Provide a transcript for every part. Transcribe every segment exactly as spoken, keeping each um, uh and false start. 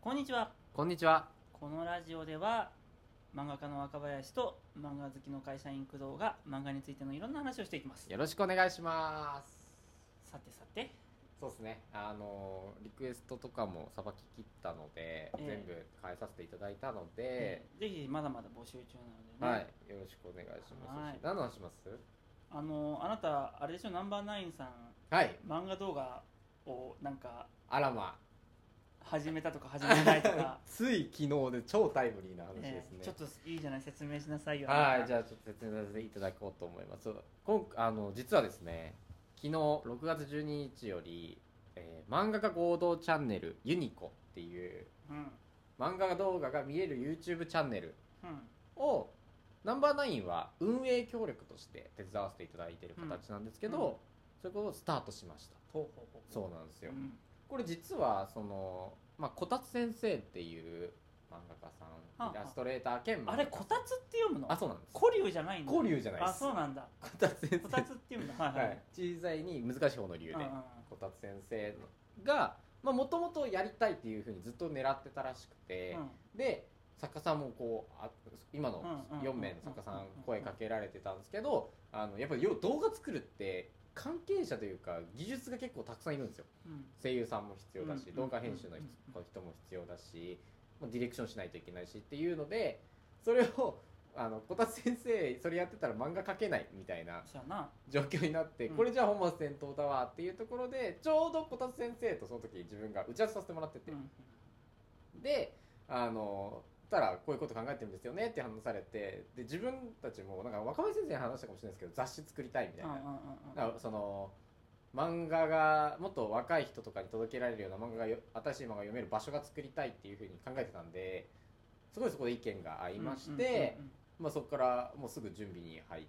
こんにちは。 こんにちは。 このラジオでは漫画家の若林と漫画好きの会社員工藤が漫画についてのいろんな話をしていきます。 よろしくお願いします。 さてさて、 そうですね、あのリクエストとかもさばききったので、えー、全部変えさせていただいたので、 えー、ぜひまだまだ募集中なのでね、 はい、よろしくお願いします。何の話します？ あのあなたあれでしょ、ナンバーナインさん、 はい、 漫画動画をなんかあらま始めたとか始めないとかつい昨日で超タイムリーな話ですね、 えー、ちょっといいじゃない、説明しなさいよ。 はい、じゃあちょっと説明させていただこうと思います。今あの実はですね、昨日ろくがつじゅうににちより、えー、漫画家合同チャンネルユニコっていう、うん、漫画動画が見れる YouTube チャンネルを、うん、ナンバーナインは運営協力として手伝わせていただいている形なんですけど、うんうん、それをスタートしました。ほうほうほう。そうなんですよ、うん、これ実はその、まあ、こたつ先生っていう漫画家さん、はあはあ、イラストレーター兼漫画家さん。 あれこたつって読むの？ あ、そうなんです。 古龍じゃないんだ。 古龍じゃないです。 あ、そうなんだ。 こたつ先生、 こたつって読むの、はいはい、はい、 小さいに難しい方の龍で、こたつ先生がもともとやりたいっていうふうにずっと狙ってたらしくて、うん、で作家さんもこうあ今のよんめいの作家さん声かけられてたんですけど、あのやっぱり動画作るって関係者というか技術が結構たくさんいるんですよ、うん、声優さんも必要だし、動画編集の人も必要だし、ディレクションしないといけないしっていうので、それをあのこたつ先生それやってたら漫画描けないみたいな状況になって、これじゃあ本末転倒だわっていうところで、ちょうどこたつ先生とその時自分が打ち合わせさせてもらってて、であのたらこういうこと考えてるんですよねって話されて、で自分たちもなんか若林先生に話したかもしれないですけど、雑誌作りたいみたいな、だからその漫画がもっと若い人とかに届けられるような漫画が、新しい漫画が読める場所が作りたいっていうふうに考えてたんで、すごいそこで意見が合いまして、まあ、そこからもうすぐ準備に入って、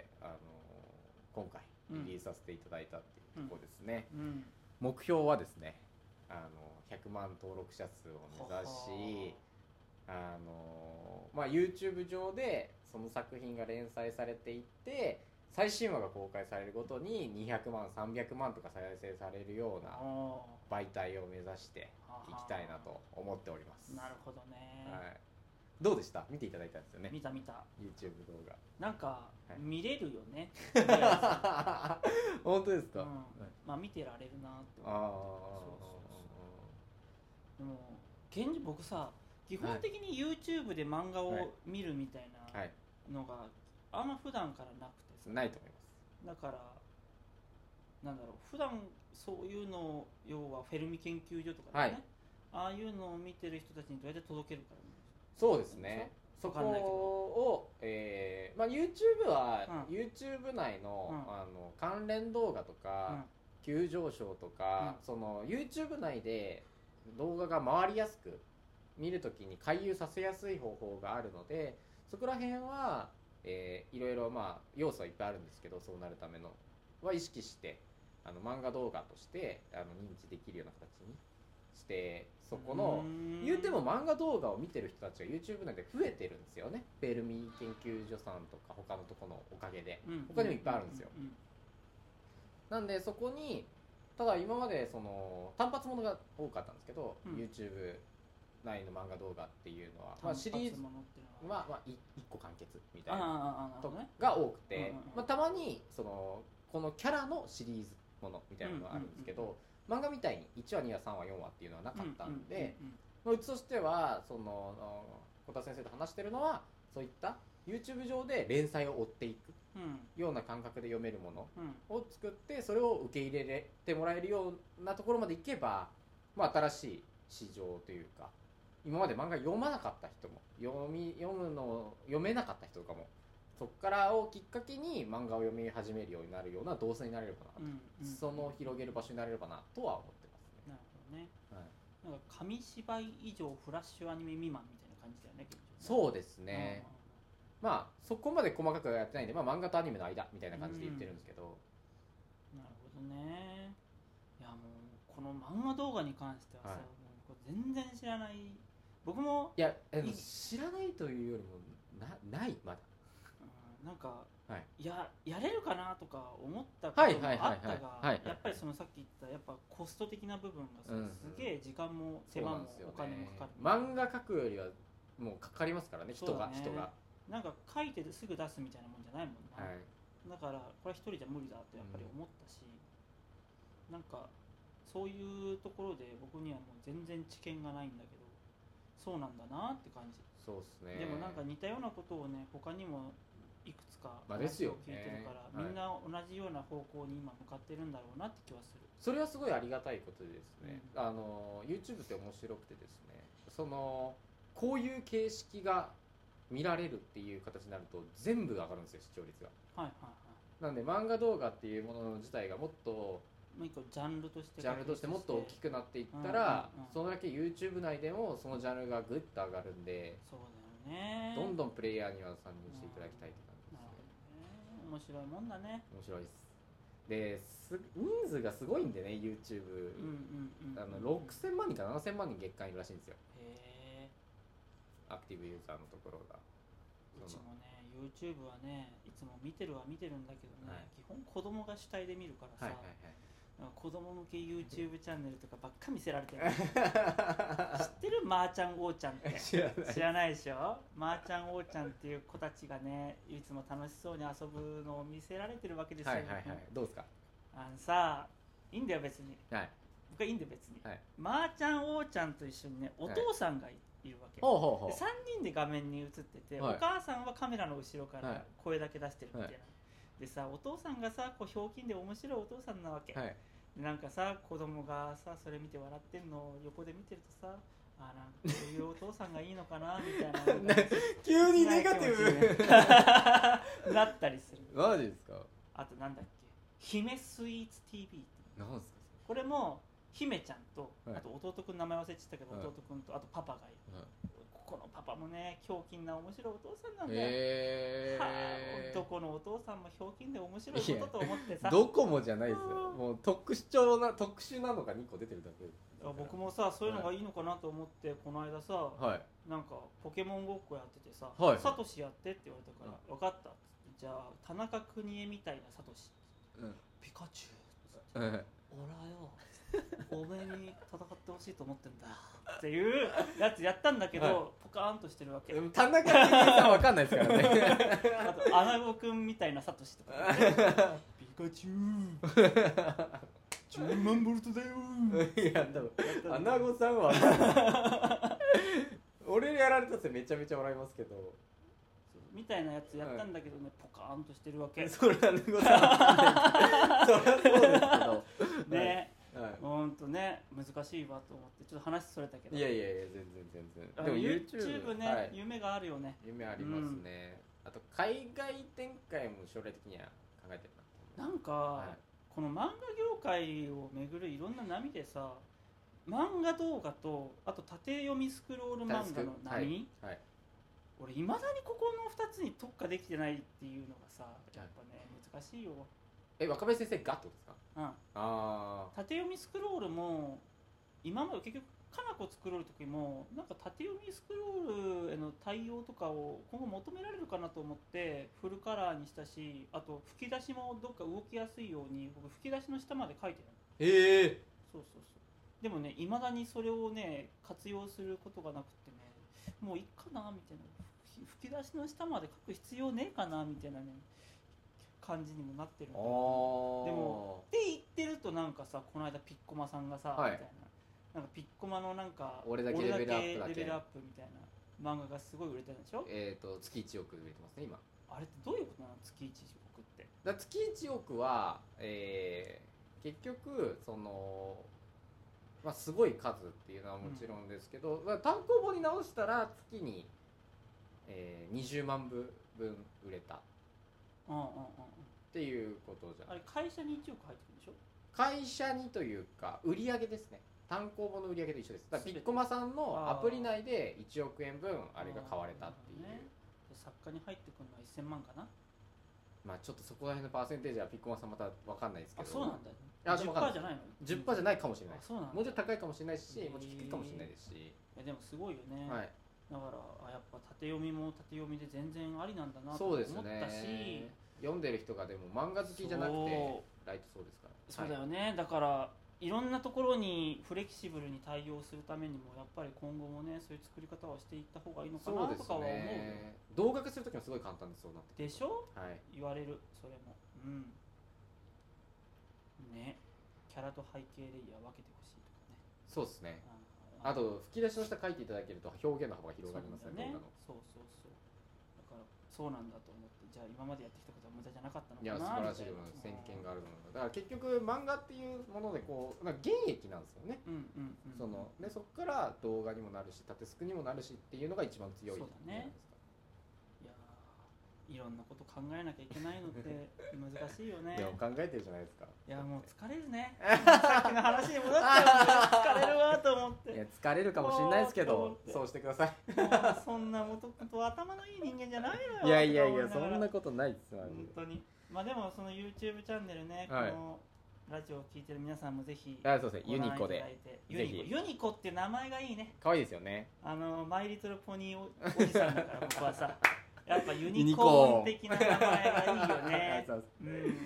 あの今回リリースさせていただいたっていうところですね、うんうん、目標はですね、あのひゃくまん登録者数を目指し、あの、まあ、YouTube 上でその作品が連載されていって最新話が公開されるごとににひゃくまんさんびゃくまんとか再生されるような媒体を目指していきたいなと思っております。 なるほどね、 はい、どうでした？見ていただいたんですよね。 見た見た。 YouTube 動画なんか、はい、見れるよね本当ですか？うん、 まあ見てられるなって思って。あでも現実僕さ基本的に YouTube で漫画を見るみたいなのがあんま普段からなくてさ。 ないと思います。 だからなんだろう、普段そういうのを要はフェルミ研究所とかね、はい、ああいうのを見てる人たちにどうやって届けるか、ね、 そうですね。そこを、えーまあ、YouTube は、うん、YouTube 内の、うん、あの関連動画とか、うん、急上昇とか、うん、その YouTube 内で動画が回りやすく見るときに回遊させやすい方法があるので、そこら辺は、えー、いろいろ、まあ、要素はいっぱいあるんですけど、そうなるためのは意識してあの漫画動画としてあの認知できるような形にして、そこの言うても漫画動画を見てる人たちが YouTube 内で増えてるんですよね。フェルミ研究所さんとか他のところのおかげで、他にもいっぱいあるんですよ。なんでそこにただ今までその単発ものが多かったんですけど、うん、YouTube 内の漫画動画っていうのは、まあ、シリーズは、まあ、いっこ完結みたいなとが多くて、まあ、たまにそのこのキャラのシリーズものみたいなのがあるんですけど、漫画みたいにいちわにわさんわよんわっていうのはなかったんで、うちとしてはその小田先生と話してるのはそういった YouTube 上で連載を追っていくような感覚で読めるものを作って、それを受け入れてもらえるようなところまでいけば、まあ、新しい市場というか、今まで漫画読まなかった人も読み読むのを読めなかった人とかもそこからをきっかけに漫画を読み始めるようになるような動作になれればなと、うんうん、その広げる場所になれればなとは思ってますね。 なるほどね、はい、なんか紙芝居以上フラッシュアニメ未満みたいな感じだよね。 そうですね、うん、まあそこまで細かくはやってないんで、まあ、漫画とアニメの間みたいな感じで言ってるんですけど、 うん、なるほどね。いやもうこの漫画動画に関してはさ、はい、もう全然知らない。僕もいや知らないというよりも な, ないまだなんか、 はい、 いややれるかなとか思ったこともあったが、やっぱりそのさっき言ったやっぱコスト的な部分がさ、うん、すげえ時間も手間もお金もかかる、ね、 漫画描くよりはもうかかりますからね、人が、ね、人がなんか書いてすぐ出すみたいなもんじゃないもんな、はい、だからこれは一人じゃ無理だってやっぱり思ったし、うん、なんかそういうところで僕にはもう全然知見がないんだけど、そうなんだなって感じ。 そうですね。 でもなんか似たようなことをね他にもいくつか話を聞いてるから、まあね、みんな同じような方向に今向かってるんだろうなって気はする。 それはすごいありがたいことでですね、うん、あの YouTube って面白くてですね、そのこういう形式が見られるっていう形になると全部上がるんですよ、視聴率が。 はいはいはい。 なんで漫画動画っていうもの自体がもっともう一個ジャンルとしてジャンルとしてもっと大きくなっていったら、うんうんうん、そのだけ YouTube 内でもそのジャンルがグッと上がるんで、 そうだよね、 どんどんプレイヤーには参入していただきたいって感じですね。 うん、面白いもんだね。 面白いです。です人数がすごいんでね YouTube、うんうんうん、あのろくせんまんにんかななせんまんにん月間いるらしいんですよ。へー、アクティブユーザーのところが。 うちもね YouTube はねいつも見てるは見てるんだけどね、はい、基本子供が主体で見るからさ、はいはいはい、子供向け YouTube チャンネルとかばっか見せられてる知ってるまーちゃんおーちゃんって知らない、知らないでしょ。まーちゃんおーちゃんっていう子たちがねいつも楽しそうに遊ぶのを見せられてるわけですよ、 はいはいはい、どうですか。 あのさいいんだよ別に、はい、僕はいいんだよ別に、はい、まーちゃんおーちゃんと一緒にねお父さんがいる、はいいるわけ。ほうほうほう。でさんにんで画面に映ってて、はい、お母さんはカメラの後ろから声だけ出してるみたいな、はい、でさお父さんがさこうひょうきんで面白いお父さんなわけ、はい、でなんかさ子供がさそれ見て笑ってんのを横で見てるとさ、あなんかこういうお父さんがいいのかなみたいな急にネガティブなったりする。 マジですか。 あとなんだっけ、姫スイーツ ティーブイ ってなんですかこれも姫ちゃんと、はい、あと弟くん名前忘れてたけど、はい、弟くんとあとパパがいる、はい、ここのパパもねひょうきんな面白いお父さんなんだよ、えー、はあ、どこのお父さんもひょうきんで面白いことと思ってさ、 どこもじゃないですよ、もう特徴な特殊なのがにこ出てるだけ。 僕もさそういうのがいいのかなと思って、はい、この間さ、はい、なんかポケモンごっこやっててさ、はい、サトシやってって言われたから、はい、分かったっつって、じゃあ田中邦衛みたいなサトシ、うん、ピカチュウっつって、うん、俺はよおめえに戦ってほしいと思ってんだっていうやつやったんだけど、はい、ポカーンとしてるわけ。 田中邦衛さんわかんないですからねあとアナゴくんみたいなサトシとか、ね、ピカチュウじゅうまんボルトだよ。 いや多分アナゴさんは俺やられたってめちゃめちゃ笑いますけどみたいなやつやったんだけどね、はい、ポカーンとしてるわけ。 それはアナゴさんはそりゃそうですけどね、はい、ほんとね難しいわと思ってちょっと話それたけど、 いやいやいや全然全然。 でも YouTube ね、はい、夢があるよね。 夢ありますね、うん、あと海外展開も将来的には考えてるな。なんか、はい、この漫画業界をめぐるいろんな波でさ、漫画動画とあと縦読みスクロール漫画の波、はいはい、俺いまだにここのふたつに特化できてないっていうのがさやっぱね難しいよ。 え、若林先生がってことですか。うん、 あ縦読みスクロールも今まで結局かなこ作る時もなんか縦読みスクロールへの対応とかを今後求められるかなと思ってフルカラーにしたし、あと吹き出しもどっか動きやすいように僕吹き出しの下まで書いてる。 ええー、 そうそうそう。でもねいまだにそれをね活用することがなくってね、もういっかなみたいな、吹き出しの下まで書く必要ねえかなみたいなね感じにもなってるんだけど、でもって言ってるとなんかさこの間ピッコマさんがさ、はい、みたいななんかピッコマのなんか俺だけレベルアップだけレベルアップみたいな漫画がすごい売れてるんでしょ。 えーと月いちおく売れてますね今。 あれってどういうことなの月いちおくって。 だ月いちおくは、えー、結局その、まあ、すごい数っていうのはもちろんですけど、うん、単行本に直したら月に、えー、にじゅうまんぶぶん売れたっていうことじゃない。 あれ会社にいちおく入ってくるでしょ。 会社にというか売り上げですね。単行本の売り上げと一緒です。だからピッコマさんのアプリ内でいちおくえんぶんあれが買われたっていう、ね、 作家に入ってくるのはせんまんかな。 まあちょっとそこら辺のパーセンテージはピッコマさんまた分かんないですけど。 あ、そうなんだよ、ね、 じゅっパーセントじゃないの。 じゅっパーセント じゃないかもしれないです。 そうなんだ。 もうちょっと高いかもしれないし、もうちょっと低いかもしれないですし。 えでもすごいよね、 はい、 だからあやっぱ縦読みも縦読みで全然ありなんだなと思ったし、 読んでる人がでも漫画好きじゃなくてライトそうですから。 そうだよね、はい、だからいろんなところにフレキシブルに対応するためにもやっぱり今後もねそういう作り方をしていった方がいいのかなとかは思うよ。そうですね、 動画化するときもすごい簡単ですそうなってでしょ、 はい、 言われるそれもうんね、キャラと背景レイヤー分けてほしいとかね。 そうですね、あと吹き出しの下書いていただけると表現の幅が広がりますね。 そうそうそう、だからそうなんだと思って、じゃあ今までやってきたことは無駄じゃなかったのかな。 いや素晴らしいと思います。先見があるのだから結局漫画っていうものでこうなんか原液なんですよね。 うんうんうん、 そのね、そこから動画にもなるし縦スクにもなるしっていうのが一番強い。 そうだね。いやいろんなこと考えなきゃいけないのって難しいよね。 でも考えてるじゃないですか。 いやもう疲れるね。さっきの話に戻っちゃう疲れるわと思って。 いや疲れるかもしれないですけど、そうしてください。 そんなもともと頭のいい人間じゃないのよ。 いやいやいやそんなことないですよ。 本当に。まあでもその YouTube チャンネルね、はい、このラジオを聞いてる皆さんもぜひあそうですね、ユニコでユニコ、ユニコって名前がいいね。 可愛いですよね。 あのマイリトルポニー お, おじさんだから僕はさやっぱユニコーン的な名前がいいよね。うん、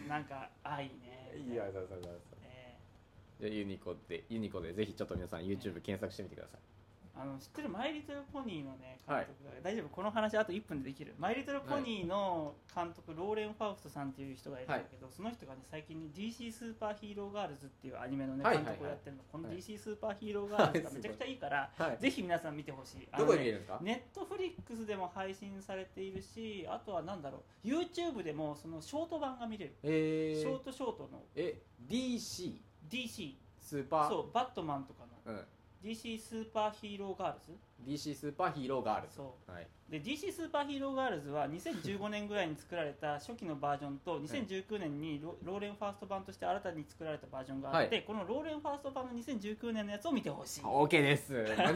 なんかあいいね。 いやそうそうそうそう、えー、じゃあユニコでユニコでぜひちょっと皆さん YouTube 検索してみてください。 あの知ってるマイリトルポニーのね監督が、はい、大丈夫この話あといっぷんでできる。マイリトルポニーの監督、はい、ローレン・ファウストさんっていう人がいるんだけど、はい、その人がね最近に ディーシー スーパーヒーローガールズっていうアニメのね監督をやってるの、はいはいはい、この ディーシー スーパーヒーローガールズがめちゃくちゃいいから、はい、ぜひ皆さん見てほしい。 どこで見れるんですか？ ネットフリックスでも配信されているし、あとはなんだろう YouTube でもそのショート版が見れる、えー、ショートショートのえ ディーシーディーシー スーパーそうバットマンとかの、うん、ディーシー スーパーヒーローガールズディーシー スーパーヒーローガールズそう、 はい、 で ディーシー スーパーヒーローガールズはにせんじゅうごねんぐらいに作られた初期のバージョンとにせんじゅうきゅうねんに ロ, ローレンファースト版として新たに作られたバージョンがあって、はい、このローレンファースト版のにせんじゅうきゅうねんのやつを見てほしい。 OK です